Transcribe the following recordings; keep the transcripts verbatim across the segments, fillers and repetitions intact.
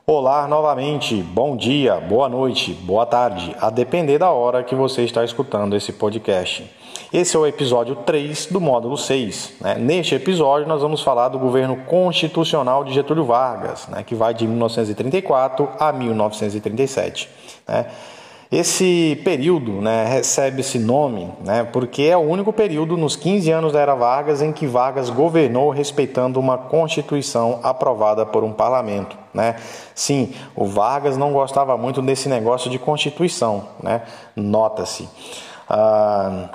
Olá novamente, bom dia, boa noite, boa tarde, a depender da hora que você está escutando esse podcast. Esse é o episódio três do módulo seis. Né? Neste episódio nós vamos falar do governo constitucional de Getúlio Vargas, né? que vai de mil novecentos e trinta e quatro a mil novecentos e trinta e sete. Né? Esse período, né, recebe esse nome, né, porque é o único período nos quinze anos da era Vargas em que Vargas governou respeitando uma Constituição aprovada por um parlamento. Né? Sim, o Vargas não gostava muito desse negócio de Constituição, né? Nota-se. Ah,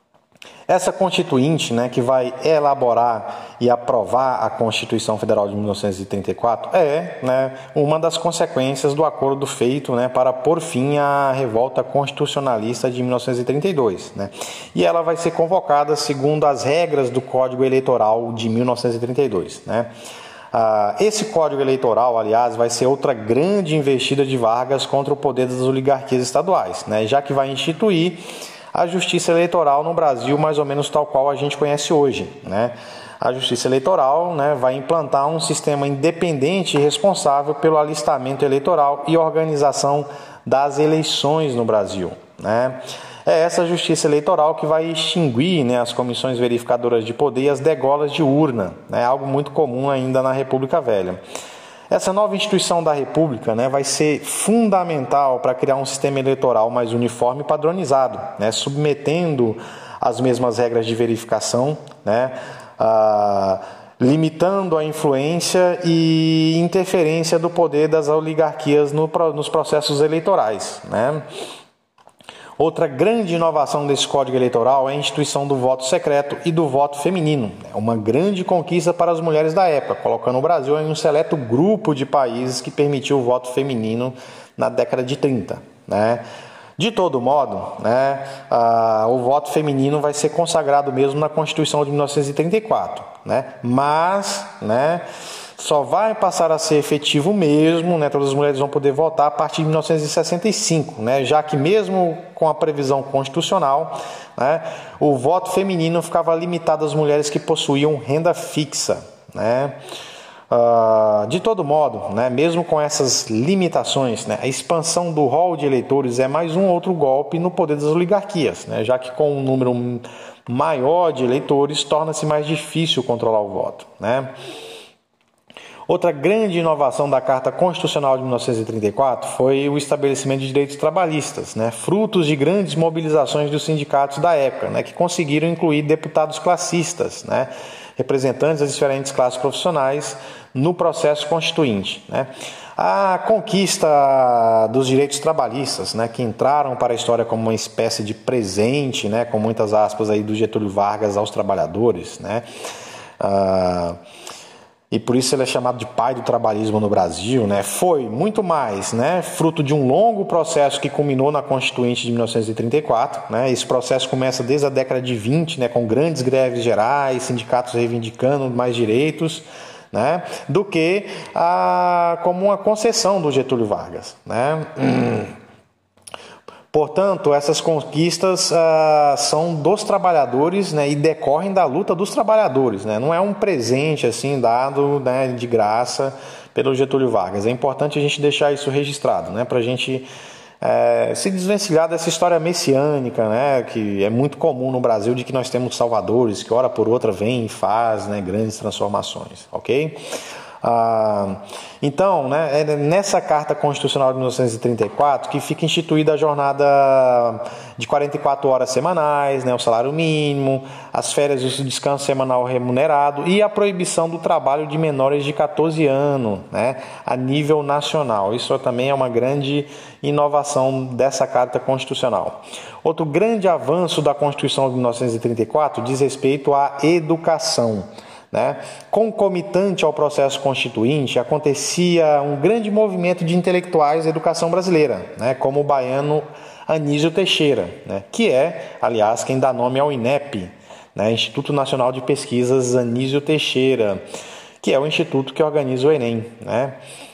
Essa Constituinte, né, que vai elaborar e aprovar a Constituição Federal de mil novecentos e trinta e quatro é, né, uma das consequências do acordo feito, né, para pôr fim à revolta constitucionalista de mil novecentos e trinta e dois. Né, e ela vai ser convocada segundo as regras do Código Eleitoral de mil novecentos e trinta e dois. Né. Ah, esse Código Eleitoral, aliás, vai ser outra grande investida de Vargas contra o poder das oligarquias estaduais, né, já que vai instituir a justiça eleitoral no Brasil, mais ou menos tal qual a gente conhece hoje. Né? A justiça eleitoral, né, vai implantar um sistema independente e responsável pelo alistamento eleitoral e organização das eleições no Brasil. Né? É essa justiça eleitoral que vai extinguir, né, as comissões verificadoras de poder e as degolas de urna, né, algo muito comum ainda na República Velha. Essa nova instituição da República, né, vai ser fundamental para criar um sistema eleitoral mais uniforme e padronizado, né, submetendo as mesmas regras de verificação, né, ah, limitando a influência e interferência do poder das oligarquias no, nos processos eleitorais. Né. Outra grande inovação desse Código Eleitoral é a instituição do voto secreto e do voto feminino. É uma grande conquista para as mulheres da época, colocando o Brasil em um seleto grupo de países que permitiu o voto feminino na década de trinta. Né? De todo modo, né, a, o voto feminino vai ser consagrado mesmo na Constituição de mil novecentos e trinta e quatro. Né? Mas, né, só vai passar a ser efetivo mesmo, né, todas as mulheres vão poder votar a partir de mil novecentos e sessenta e cinco, né, já que mesmo com a previsão constitucional, né, o voto feminino ficava limitado às mulheres que possuíam renda fixa. Né. Uh, de todo modo, né, mesmo com essas limitações, né, a expansão do rol de eleitores é mais um outro golpe no poder das oligarquias, né, já que com um número maior de eleitores torna-se mais difícil controlar o voto. Né. Outra grande inovação da Carta Constitucional de mil novecentos e trinta e quatro foi o estabelecimento de direitos trabalhistas, né, frutos de grandes mobilizações dos sindicatos da época, né, que conseguiram incluir deputados classistas, né, representantes das diferentes classes profissionais no processo constituinte. Né. A conquista dos direitos trabalhistas, né, que entraram para a história como uma espécie de presente, né, com muitas aspas aí do Getúlio Vargas aos trabalhadores, né, ah, e por isso ele é chamado de pai do trabalhismo no Brasil, né? Foi muito mais, né, fruto de um longo processo que culminou na Constituinte de mil novecentos e trinta e quatro. Né? Esse processo começa desde a década de vinte, né, com grandes greves gerais, sindicatos reivindicando mais direitos, né, do que a, como uma concessão do Getúlio Vargas. Né? Hum. Portanto, essas conquistas ah, são dos trabalhadores, né, e decorrem da luta dos trabalhadores. Né? Não é um presente assim dado, né, de graça pelo Getúlio Vargas. É importante a gente deixar isso registrado, né, para a gente é, se desvencilhar dessa história messiânica, né, que é muito comum no Brasil, de que nós temos salvadores que hora por outra vêm e faz, né, grandes transformações. Ok? Ah, então, né, é nessa Carta Constitucional de mil novecentos e trinta e quatro que fica instituída a jornada de quarenta e quatro horas semanais, né, o salário mínimo, as férias e o descanso semanal remunerado e a proibição do trabalho de menores de catorze anos, né, a nível nacional. Isso também é uma grande inovação dessa Carta Constitucional. Outro grande avanço da Constituição de mil novecentos e trinta e quatro diz respeito à educação. Né? Concomitante ao processo constituinte, acontecia um grande movimento de intelectuais da educação brasileira, né? Como o baiano Anísio Teixeira, né? Que é, aliás, quem dá nome ao INEP, né? Instituto Nacional de Pesquisas Anísio Teixeira, que é o instituto que organiza o Enem. Né?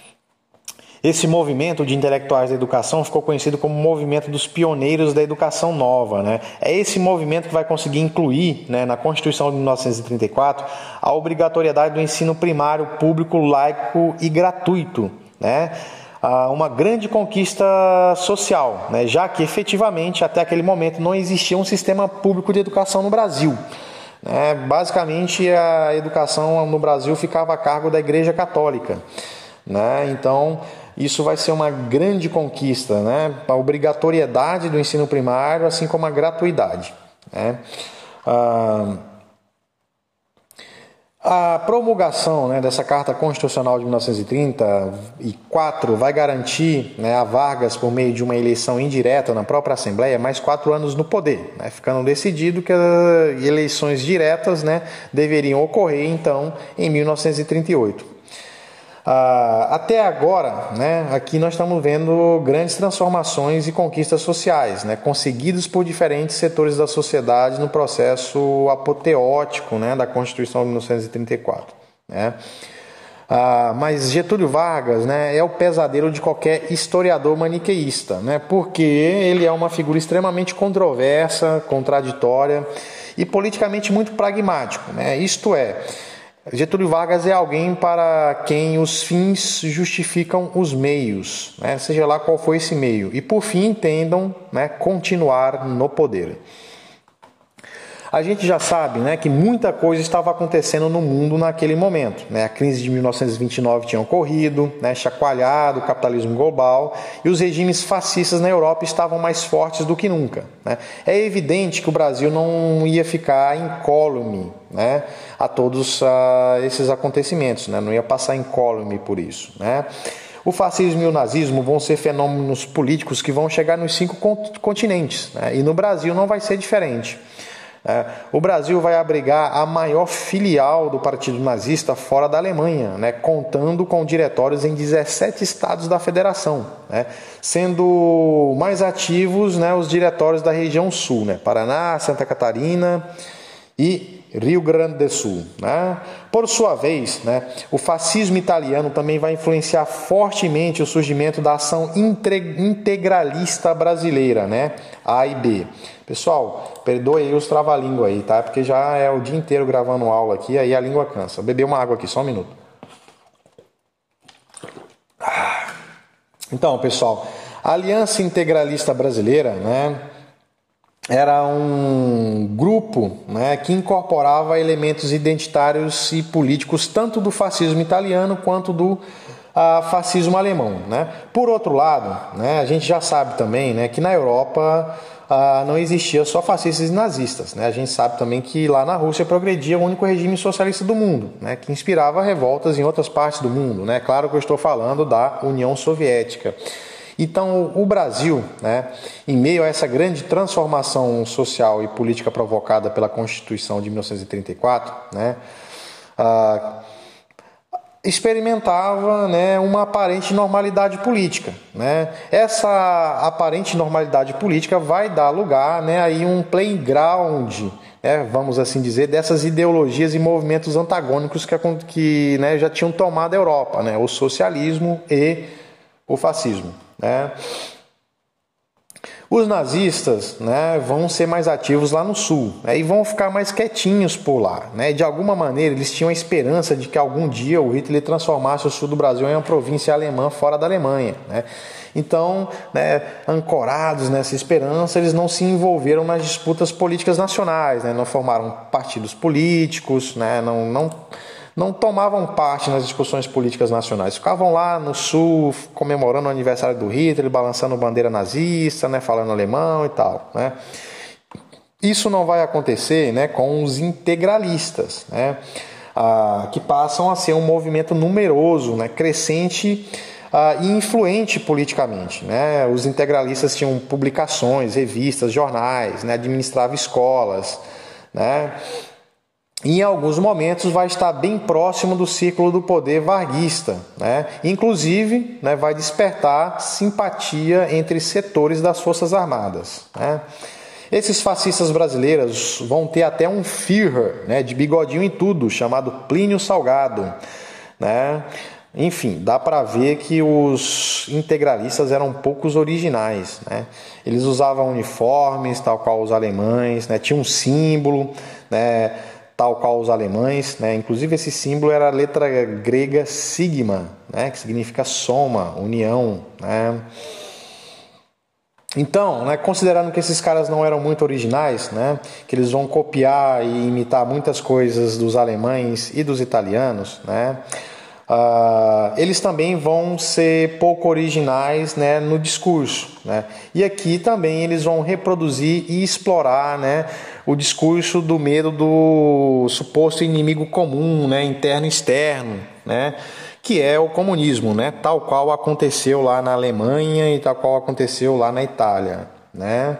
Esse movimento de intelectuais da educação ficou conhecido como movimento dos pioneiros da educação nova. Né? É esse movimento que vai conseguir incluir, né, na Constituição de mil novecentos e trinta e quatro a obrigatoriedade do ensino primário público, laico e gratuito, né, uma grande conquista social, né, já que efetivamente até aquele momento não existia um sistema público de educação no Brasil. Né, basicamente a educação no Brasil ficava a cargo da Igreja Católica. Né, então isso vai ser uma grande conquista, né, a obrigatoriedade do ensino primário, assim como a gratuidade. Né. Ah, A promulgação, né, dessa Carta Constitucional de mil novecentos e trinta e quatro vai garantir, né, a Vargas, por meio de uma eleição indireta na própria Assembleia, mais quatro anos no poder, né, ficando decidido que as eleições diretas, né, deveriam ocorrer, então, em mil novecentos e trinta e oito. Ah, até agora, né, aqui nós estamos vendo grandes transformações e conquistas sociais, né, conseguidas por diferentes setores da sociedade no processo apoteótico, né, da Constituição de mil novecentos e trinta e quatro. Né. Ah, mas Getúlio Vargas, né, é o pesadelo de qualquer historiador maniqueísta, né, porque ele é uma figura extremamente controversa, contraditória e politicamente muito pragmático. Né, isto é, Getúlio Vargas é alguém para quem os fins justificam os meios, né? Seja lá qual for esse meio, e por fim entendam, né, continuar no poder. A gente já sabe, né, que muita coisa estava acontecendo no mundo naquele momento. Né? A crise de mil novecentos e vinte e nove tinha ocorrido, né, chacoalhado o capitalismo global, e os regimes fascistas na Europa estavam mais fortes do que nunca. Né? É evidente que o Brasil não ia ficar incólume, né, a todos uh, esses acontecimentos, né? Não ia passar incólume por isso. Né? O fascismo e o nazismo vão ser fenômenos políticos que vão chegar nos cinco continentes, né? E no Brasil não vai ser diferente. O Brasil vai abrigar a maior filial do Partido Nazista fora da Alemanha, né, contando com diretórios em dezessete estados da federação, né, sendo mais ativos, né, os diretórios da região sul, né, Paraná, Santa Catarina e Rio Grande do Sul. Né. Por sua vez, né, o fascismo italiano também vai influenciar fortemente o surgimento da ação integralista brasileira, né, A e B. Pessoal, perdoe aí os trava-língua aí, tá? Porque já é o dia inteiro gravando aula aqui, aí a língua cansa. Vou beber uma água aqui, só um minuto. Então, pessoal, a Aliança Integralista Brasileira, né, era um grupo, né, que incorporava elementos identitários e políticos tanto do fascismo italiano quanto do uh, fascismo alemão. Né? Por outro lado, né, a gente já sabe também, né, que na Europa uh, não existia só fascistas e nazistas. Né? A gente sabe também que lá na Rússia progredia o único regime socialista do mundo, né, que inspirava revoltas em outras partes do mundo. Né? Claro que eu estou falando da União Soviética. Então, o Brasil, né, em meio a essa grande transformação social e política provocada pela Constituição de mil novecentos e trinta e quatro, né, ah, experimentava, né, uma aparente normalidade política. Né? Essa aparente normalidade política vai dar lugar, né, a um playground, né, vamos assim dizer, dessas ideologias e movimentos antagônicos que, que né, já tinham tomado a Europa, né, o socialismo e o fascismo. Né? Os nazistas, né, vão ser mais ativos lá no sul, né, e vão ficar mais quietinhos por lá. Né? De alguma maneira, eles tinham a esperança de que algum dia o Hitler transformasse o sul do Brasil em uma província alemã fora da Alemanha. Né? Então, né, ancorados nessa esperança, eles não se envolveram nas disputas políticas nacionais, né? Não formaram partidos políticos, né? não... não não tomavam parte nas discussões políticas nacionais. Ficavam lá no sul, comemorando o aniversário do Hitler, balançando bandeira nazista, né, falando alemão e tal. Né. Isso não vai acontecer, né, com os integralistas, né, ah, que passam a ser um movimento numeroso, né, crescente ah, e influente politicamente. Né. Os integralistas tinham publicações, revistas, jornais, né, administravam escolas, né. Em alguns momentos vai estar bem próximo do círculo do poder varguista, né? Inclusive, né, vai despertar simpatia entre setores das Forças Armadas. Né? Esses fascistas brasileiros vão ter até um Führer, né, de bigodinho e tudo, chamado Plínio Salgado. Né? Enfim, dá para ver que os integralistas eram poucos originais. Né? Eles usavam uniformes, tal qual os alemães, né? Tinha um símbolo, né? tal qual os alemães, né? Inclusive esse símbolo era a letra grega sigma, né? Que significa soma, união, né? Então, né, considerando que esses caras não eram muito originais, né, que eles vão copiar e imitar muitas coisas dos alemães e dos italianos, né, uh, eles também vão ser pouco originais, né, no discurso, né, e aqui também eles vão reproduzir e explorar, né, o discurso do medo do suposto inimigo comum, né, interno e externo, né, que é o comunismo, né? Tal qual aconteceu lá na Alemanha e tal qual aconteceu lá na Itália, né?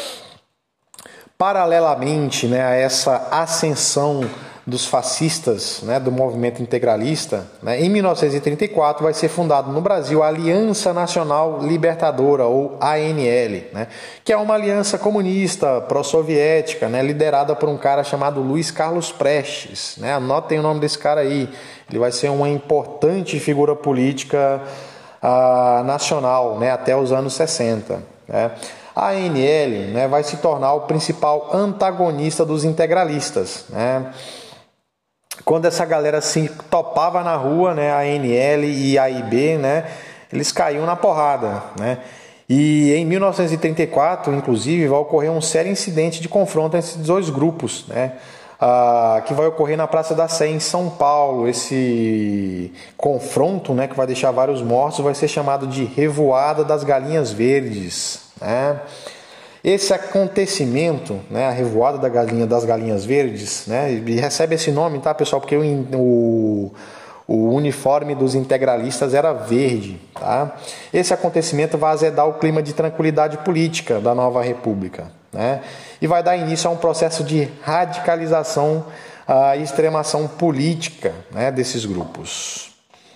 Paralelamente, né, a essa ascensão dos fascistas, né, do movimento integralista, né, em mil novecentos e trinta e quatro vai ser fundado no Brasil a Aliança Nacional Libertadora, ou A N L, né, que é uma aliança comunista pró-soviética, né, liderada por um cara chamado Luiz Carlos Prestes, né, anotem o nome desse cara aí, ele vai ser uma importante figura política uh, nacional, né, até os anos sessenta, né. A A N L, né, vai se tornar o principal antagonista dos integralistas, né. Quando essa galera se topava na rua, né, a A N L e a A I B, né, eles caíam na porrada, né. E em mil novecentos e trinta e quatro, inclusive, vai ocorrer um sério incidente de confronto entre esses dois grupos, né, ah, que vai ocorrer na Praça da Sé, em São Paulo. Esse confronto, né, que vai deixar vários mortos, vai ser chamado de Revoada das Galinhas Verdes, né. Esse acontecimento, né, a Revoada da galinha, das Galinhas Verdes, né, e recebe esse nome, tá, pessoal, porque o, o, o uniforme dos integralistas era verde, tá? Esse acontecimento vai azedar o clima de tranquilidade política da nova república, né, e vai dar início a um processo de radicalização e extremação política, né, desses grupos.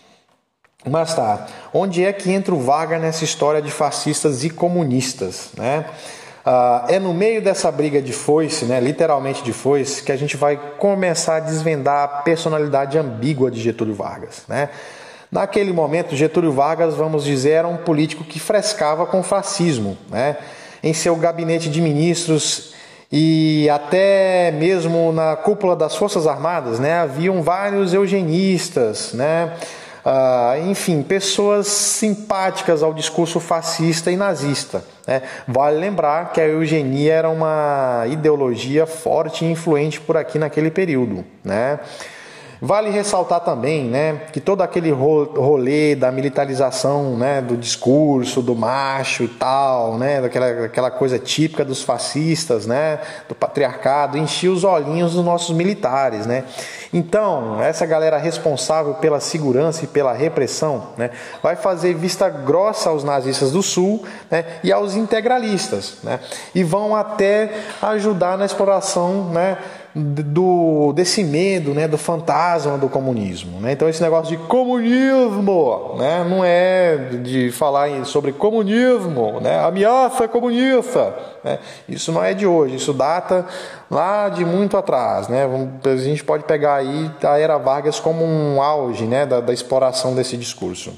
Mas tá, onde é que entra o Vargas nessa história de fascistas e comunistas, né? Uh, é no meio dessa briga de foice, né, literalmente de foice, que a gente vai começar a desvendar a personalidade ambígua de Getúlio Vargas, né? Naquele momento, Getúlio Vargas, vamos dizer, era um político que frescava com o fascismo, né? Em seu gabinete de ministros e até mesmo na cúpula das Forças Armadas, né, haviam vários eugenistas, né? Uh, enfim, pessoas simpáticas ao discurso fascista e nazista, né? Vale lembrar que a eugenia era uma ideologia forte e influente por aqui naquele período, né? Vale ressaltar também, né, que todo aquele rolê da militarização, né, do discurso, do macho e tal, né, daquela, daquela coisa típica dos fascistas, né, do patriarcado, enchia os olhinhos dos nossos militares, né. Então, essa galera responsável pela segurança e pela repressão, né, vai fazer vista grossa aos nazistas do Sul, né, e aos integralistas, né, e vão até ajudar na exploração, né, do, desse medo, né, do fantasma do comunismo, né? Então esse negócio de comunismo, né, não é de falar sobre comunismo, né, ameaça comunista, né? Isso não é de hoje, isso data lá de muito atrás, né? A gente pode pegar aí a era Vargas como um auge, né, da, da exploração desse discurso.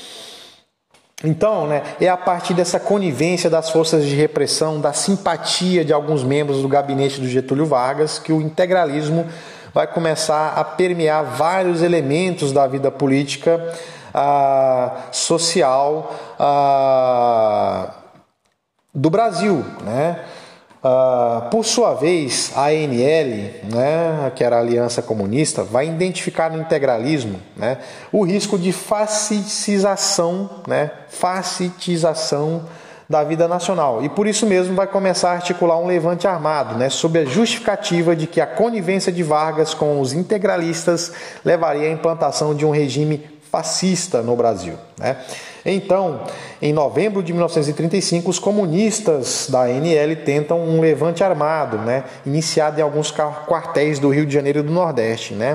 Então, né, é a partir dessa conivência das forças de repressão, da simpatia de alguns membros do gabinete do Getúlio Vargas, que o integralismo vai começar a permear vários elementos da vida política, ah, social ah, do Brasil, né? Uh, por sua vez, a A N L, né, que era a Aliança Comunista, vai identificar no integralismo, né, o risco de fascistização, né, fascistização da vida nacional. E por isso mesmo vai começar a articular um levante armado, né, sob a justificativa de que a conivência de Vargas com os integralistas levaria à implantação de um regime fascista no Brasil, né? Então, em novembro de mil novecentos e trinta e cinco, os comunistas da A N L tentam um levante armado, né, iniciado em alguns quartéis do Rio de Janeiro e do Nordeste, né,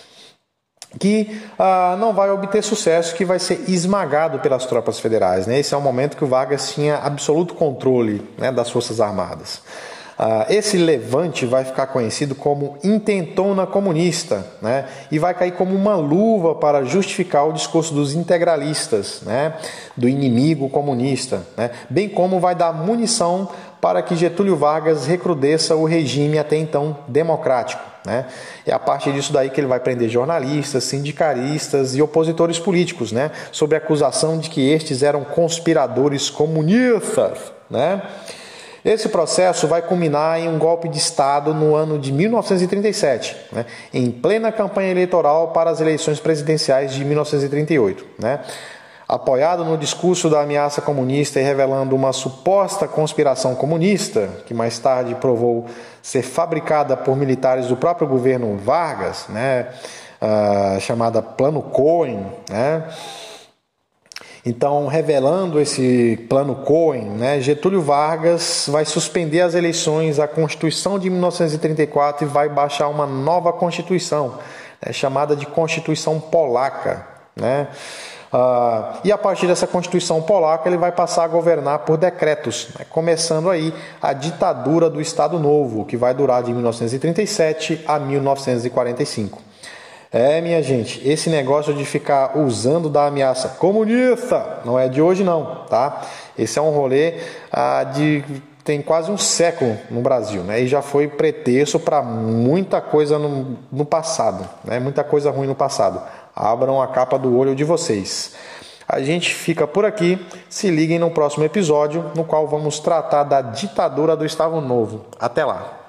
que ah, não vai obter sucesso, que vai ser esmagado pelas tropas federais, né? Esse é o momento que o Vargas tinha absoluto controle, né, das Forças Armadas. Uh, esse levante vai ficar conhecido como intentona comunista, né? E vai cair como uma luva para justificar o discurso dos integralistas, né? Do inimigo comunista, né? Bem como vai dar munição para que Getúlio Vargas recrudesça o regime até então democrático, né? É a partir disso daí que ele vai prender jornalistas, sindicalistas e opositores políticos, né? Sob a acusação de que estes eram conspiradores comunistas, né? Esse processo vai culminar em um golpe de Estado no ano de mil novecentos e trinta e sete, né, em plena campanha eleitoral para as eleições presidenciais de mil novecentos e trinta e oito. Né. Apoiado no discurso da ameaça comunista e revelando uma suposta conspiração comunista, que mais tarde provou ser fabricada por militares do próprio governo Vargas, né, uh, chamada Plano Cohen, né. Então, revelando esse plano Cohen, né, Getúlio Vargas vai suspender as eleições, a Constituição de mil novecentos e trinta e quatro e vai baixar uma nova Constituição, né, chamada de Constituição Polaca. Né? Uh, e a partir dessa Constituição Polaca ele vai passar a governar por decretos, né, começando aí a ditadura do Estado Novo, que vai durar de mil novecentos e trinta e sete a mil novecentos e quarenta e cinco. É, minha gente, esse negócio de ficar usando da ameaça comunista não é de hoje não, tá? Esse é um rolê ah, de tem quase um século no Brasil, né? E já foi pretexto para muita coisa no, no passado, né? Muita coisa ruim no passado. Abram a capa do olho de vocês. A gente fica por aqui, se liguem no próximo episódio, no qual vamos tratar da ditadura do Estado Novo. Até lá!